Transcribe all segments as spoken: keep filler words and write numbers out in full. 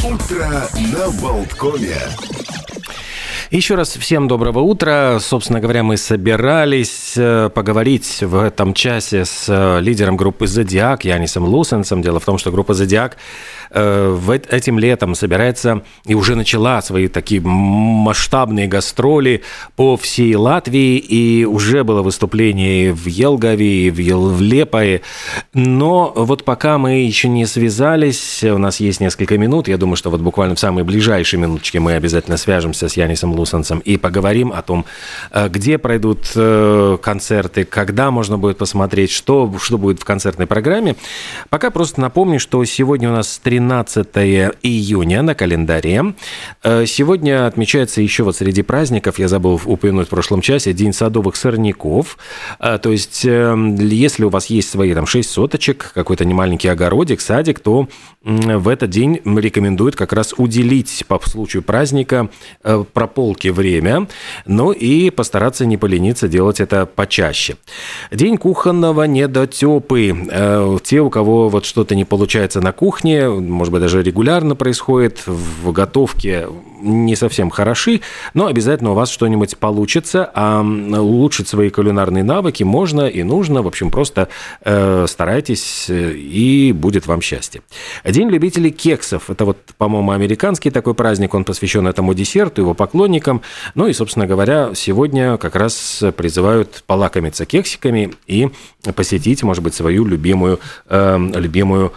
Утро на Болткоме. Еще раз всем доброго утра. Собственно говоря, мы собирались поговорить в этом часе с лидером группы «Зодиак» Яннисом Лусенсом. Дело в том, что группа «Зодиак» этим летом собирается и уже начала свои такие масштабные гастроли по всей Латвии. И уже было выступление в Елгаве, и в Лепое. Но вот пока мы еще не связались, у нас есть несколько минут. Я думаю, что вот буквально в самые ближайшие минуточки мы обязательно свяжемся с Яннисом Лусенсом и поговорим о том, где пройдут концерты, когда можно будет посмотреть, что, что будет в концертной программе. Пока просто напомню, что сегодня у нас тринадцатое июня на календаре. Сегодня отмечается еще вот среди праздников, я забыл упомянуть в прошлом часе, День садовых сорняков. То есть, если у вас есть свои там шесть соточек, какой-то немаленький огородик, садик, то в этот день рекомендуют как раз уделить по случаю праздника прополке время, ну и постараться не полениться делать это почаще. День кухонного недотёпы. Те, у кого вот что-то не получается на кухне, может быть, даже регулярно происходит, в готовке не совсем хороши, но обязательно у вас что-нибудь получится, а улучшить свои кулинарные навыки можно и нужно. В общем, просто э, старайтесь, и будет вам счастье. День любителей кексов. Это вот, по-моему, американский такой праздник, он посвящен этому десерту, его поклонникам. Ну и, собственно говоря, сегодня как раз призывают полакомиться кексиками и посетить, может быть, свою любимую, э, любимую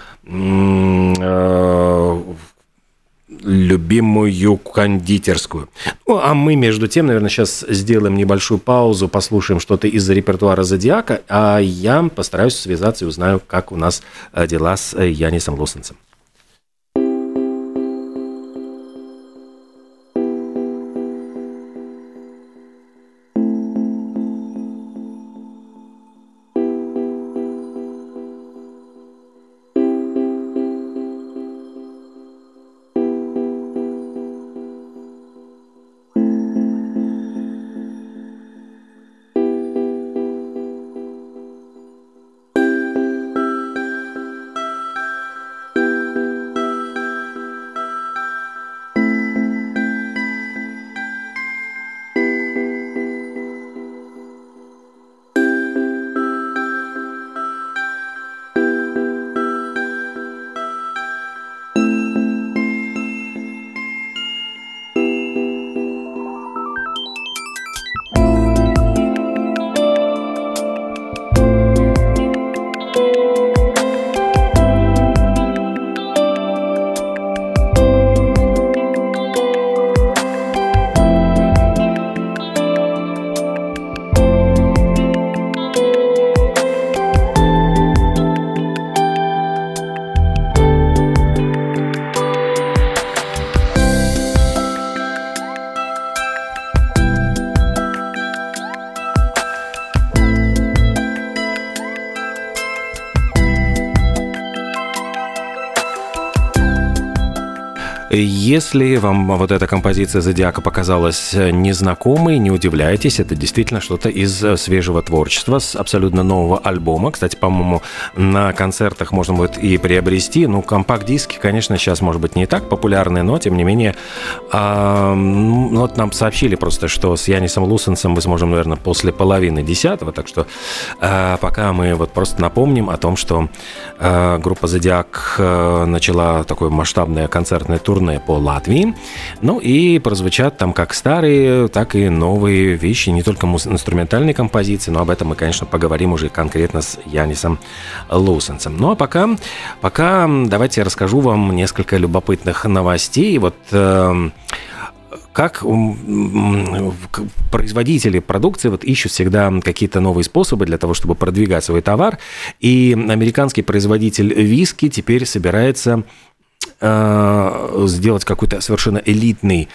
э, любимую кондитерскую. Ну, а мы, между тем, наверное, сейчас сделаем небольшую паузу, послушаем что-то из репертуара «Зодиака», а я постараюсь связаться и узнаю, как у нас дела с Яннисом Лусенсом. Если вам вот эта композиция «Зодиака» показалась незнакомой, не удивляйтесь, это действительно что-то из свежего творчества, с абсолютно нового альбома. Кстати, по-моему, на концертах можно будет и приобрести. Ну, компакт-диски, конечно, сейчас, может быть, не так популярны, но, тем не менее, а, ну, вот нам сообщили просто, что с Яннисом Лусенсом мы сможем, наверное, после половины десятого, так что а, пока мы вот просто напомним о том, что а, группа «Зодиак» начала такое масштабное концертное турне по Латвии. Ну и прозвучат там как старые, так и новые вещи, не только инструментальные композиции, но об этом мы, конечно, поговорим уже конкретно с Яннисом Лусенсом. Ну а пока, пока давайте я расскажу вам несколько любопытных новостей. Вот э, как производители продукции вот ищут всегда какие-то новые способы для того, чтобы продвигать свой товар. И американский производитель виски теперь собирается сделать какой-то совершенно элитный,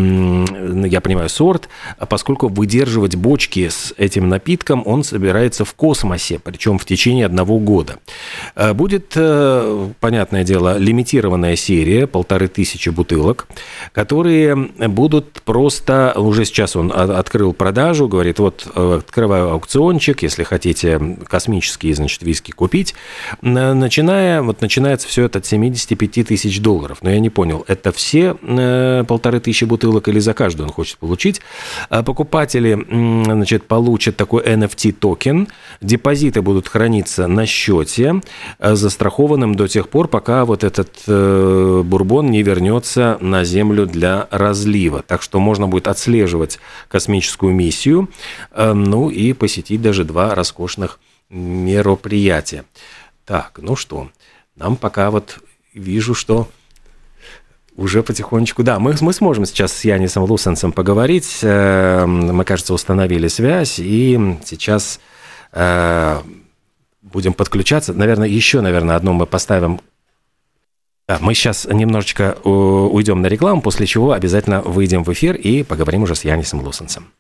я понимаю, сорт, поскольку выдерживать бочки с этим напитком он собирается в космосе, причем в течение одного года. Будет, понятное дело, лимитированная серия, полторы тысячи бутылок, которые будут просто, уже сейчас он открыл продажу, говорит, вот открываю аукциончик, если хотите космические, значит, виски купить, начиная, вот начинается все это от семьдесят пять тысяч долларов. Но я не понял, это все э, полторы тысячи бутылок или за каждую он хочет получить. Покупатели, значит, получат такой эн эф ти-токен. Депозиты будут храниться на счете, застрахованным до тех пор, пока вот этот э, бурбон не вернется на Землю для разлива. Так что можно будет отслеживать космическую миссию, э, ну и посетить даже два роскошных мероприятия. Так, ну что, нам пока вот вижу, что уже потихонечку... Да, мы, мы сможем сейчас с Янисом Лусенсом поговорить. Мы, кажется, установили связь, и сейчас э, будем подключаться. Наверное, еще, наверное, одну мы поставим... Да, мы сейчас немножечко уйдем на рекламу, после чего обязательно выйдем в эфир и поговорим уже с Янисом Лусенсом.